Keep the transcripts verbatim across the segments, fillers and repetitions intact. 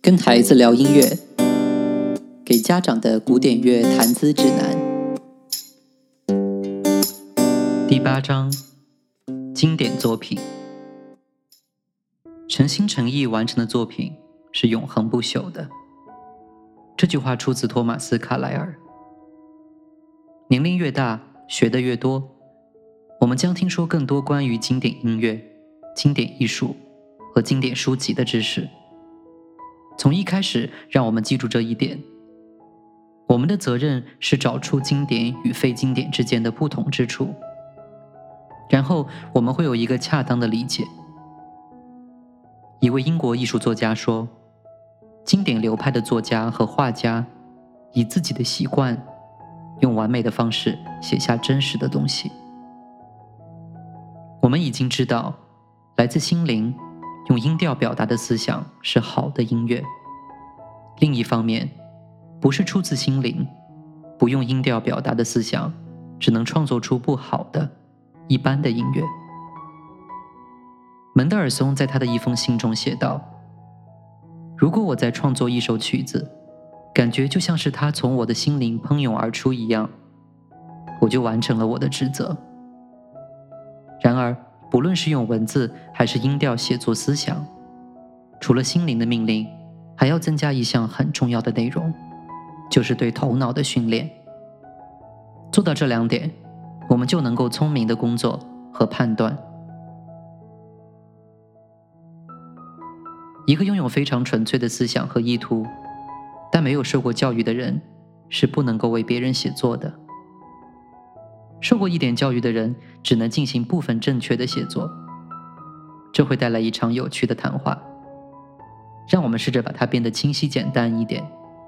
跟孩子聊音乐，给家长的古典乐谈资指南。第八章，经典作品。诚心诚意完成的作品是永恒不朽的。这句话出自托马斯·卡莱尔。年龄越大，学得越多，我们将听说更多关于经典音乐、经典艺术和经典书籍的知识。从一开始，让我们记住这一点：我们的责任是找出经典与非经典之间的不同之处，然后我们会有一个恰当的理解。一位英国艺术作家说，经典流派的作家和画家以自己的习惯，用完美的方式写下真实的东西。我们已经知道，来自心灵用音调表达的思想是好的音乐。另一方面，不是出自心灵，不用音调表达的思想，只能创作出不好的、一般的音乐。门德尔松在他的一封信中写道，如果我在创作一首曲子，感觉就像是它从我的心灵喷涌而出一样，我就完成了我的职责。然而，不论是用文字还是音调写作思想，除了心灵的命令，还要增加一项很重要的内容，就是对头脑的训练。做到这两点，我们就能够聪明地工作和判断。一个拥有非常纯粹的思想和意图，但没有受过教育的人，是不能够为别人写作的。受过一点教育的人，只能进行部分正确的写作，这会带来一场有趣的谈话。让我们试着把它变得清晰简单一点。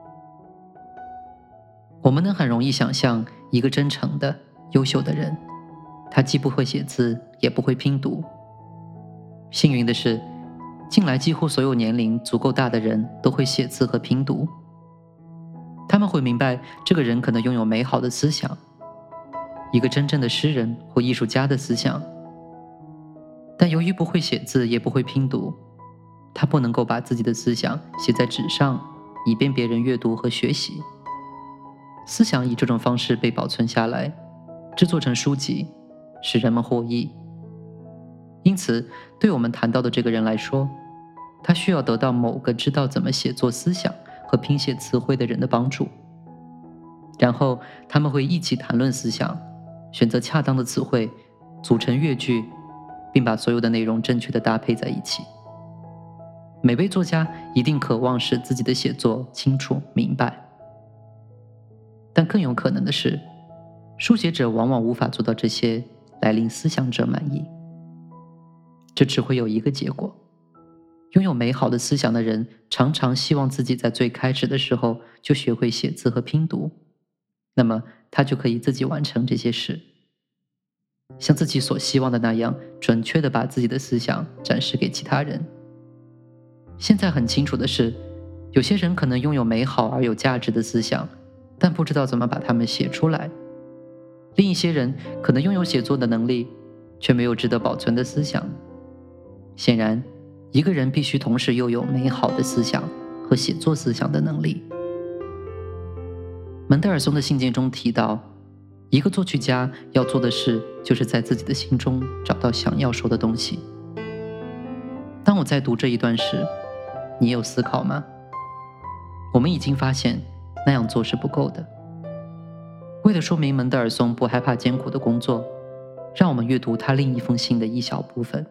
我们能很容易想象一个真诚的、优秀的人，他既不会写字，也不会拼读。幸运的是，近来几乎所有年龄足够大的人都会写字和拼读。他们会明白这个人可能拥有美好的思想，一个真正的诗人或艺术家的思想，但由于不会写字也不会拼读，他不能够把自己的思想写在纸上，以便别人阅读和学习。思想以这种方式被保存下来，制作成书籍，使人们获益。因此，对我们谈到的这个人来说，他需要得到某个知道怎么写作思想和拼写词汇的人的帮助。然后他们会一起谈论思想，选择恰当的词汇，组成乐句，并把所有的内容正确地搭配在一起。每位作家一定渴望使自己的写作清楚明白，但更有可能的是，书写者往往无法做到这些来令思想者满意。这只会有一个结果：拥有美好的思想的人常常希望自己在最开始的时候就学会写字和拼读，那么他就可以自己完成这些事，像自己所希望的那样，准确地把自己的思想展示给其他人。现在很清楚的是，有些人可能拥有美好而有价值的思想，但不知道怎么把它们写出来。另一些人可能拥有写作的能力，却没有值得保存的思想。显然，一个人必须同时拥有美好的思想和写作思想的能力。门德尔松的信件中提到，一个作曲家要做的事，就是在自己的心中找到想要说的东西。当我在读这一段时，你有思考吗？我们已经发现，那样做是不够的。为了说明门德尔松不害怕艰苦的工作，让我们阅读他另一封信的一小部分。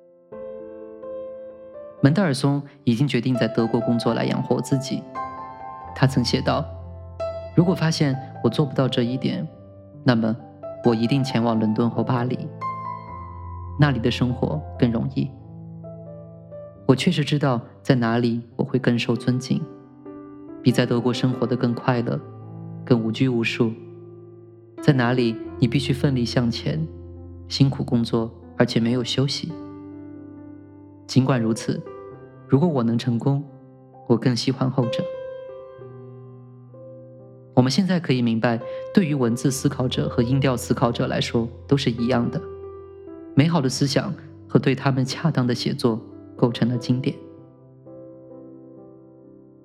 门德尔松已经决定在德国工作来养活自己。他曾写道，如果发现我做不到这一点，那么我一定前往伦敦或巴黎，那里的生活更容易。我确实知道在哪里我会更受尊敬，比在德国生活得更快乐，更无拘无束。在哪里你必须奋力向前，辛苦工作，而且没有休息。尽管如此，如果我能成功，我更喜欢后者。我们现在可以明白，对于文字思考者和音调思考者来说都是一样的，美好的思想和对他们恰当的写作构成了经典。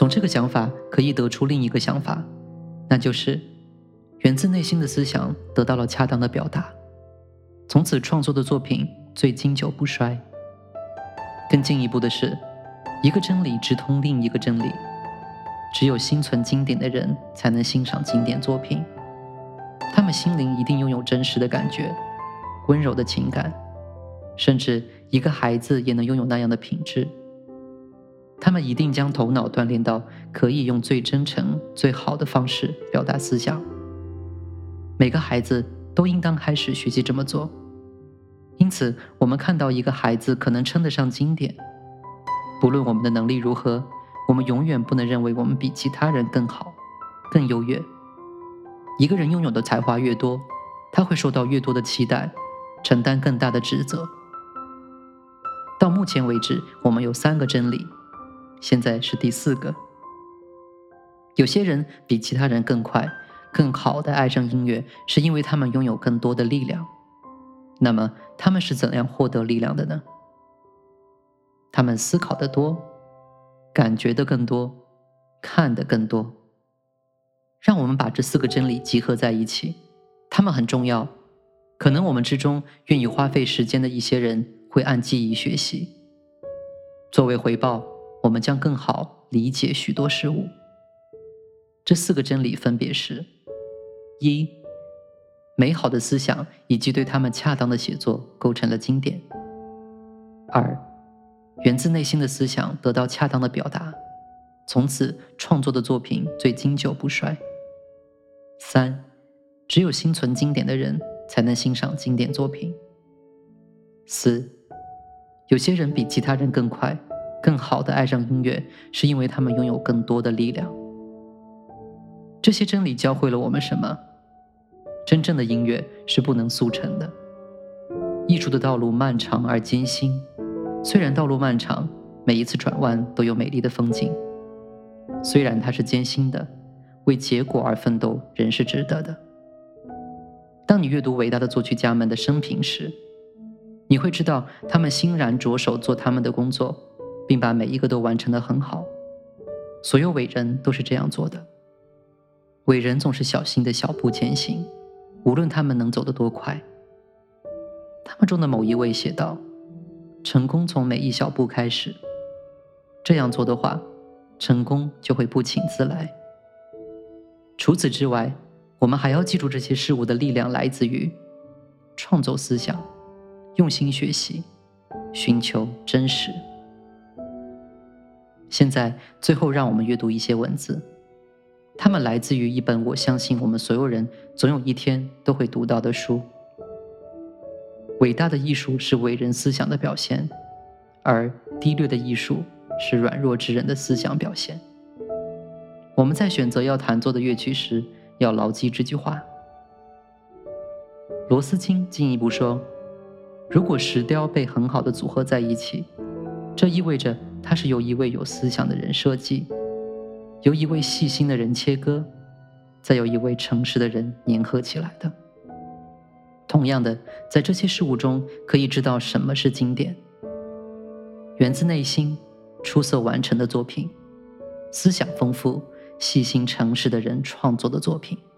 从这个想法可以得出另一个想法，那就是源自内心的思想得到了恰当的表达，从此创作的作品最经久不衰。更进一步的是，一个真理直通另一个真理，只有心存经典的人才能欣赏经典作品，他们心灵一定拥有真实的感觉，温柔的情感，甚至一个孩子也能拥有那样的品质。他们一定将头脑锻炼到可以用最真诚、最好的方式表达思想。每个孩子都应当开始学习这么做。因此，我们看到一个孩子可能称得上经典，不论我们的能力如何，我们永远不能认为我们比其他人更好、更优越。一个人拥有的才华越多，他会受到越多的期待，承担更大的职责。到目前为止，我们有三个真理，现在是第四个。有些人比其他人更快、更好地爱上音乐，是因为他们拥有更多的力量。那么，他们是怎样获得力量的呢？他们思考得多，感觉得更多，看得更多。让我们把这四个真理集合在一起，它们很重要。可能我们之中愿意花费时间的一些人会按记忆学习，作为回报，我们将更好理解许多事物。这四个真理分别是：一、美好的思想以及对他们恰当的写作构成了经典；二、源自内心的思想得到恰当的表达，从此创作的作品最经久不衰；三、只有心存经典的人才能欣赏经典作品；四、有些人比其他人更快、更好地爱上音乐，是因为他们拥有更多的力量。这些真理教会了我们什么？真正的音乐是不能速成的，艺术的道路漫长而艰辛。虽然道路漫长，每一次转弯都有美丽的风景；虽然它是艰辛的，为结果而奋斗仍是值得的。当你阅读伟大的作曲家们的生平时，你会知道他们欣然着手做他们的工作，并把每一个都完成得很好。所有伟人都是这样做的。伟人总是小心的小步前行，无论他们能走得多快。他们中的某一位写道：成功从每一小步开始，这样做的话，成功就会不请自来。除此之外，我们还要记住这些事物的力量来自于创作思想、用心学习、寻求真实。现在最后让我们阅读一些文字，它们来自于一本我相信我们所有人总有一天都会读到的书。伟大的艺术是伟人思想的表现，而低劣的艺术是软弱之人的思想表现。我们在选择要弹奏的乐曲时，要牢记这句话。罗斯金进一步说，如果石雕被很好的组合在一起，这意味着它是由一位有思想的人设计，由一位细心的人切割，再由一位诚实的人粘合起来的。同样的，在这些事物中可以知道什么是经典，源自内心、出色完成的作品，思想丰富、细心诚实的人创作的作品。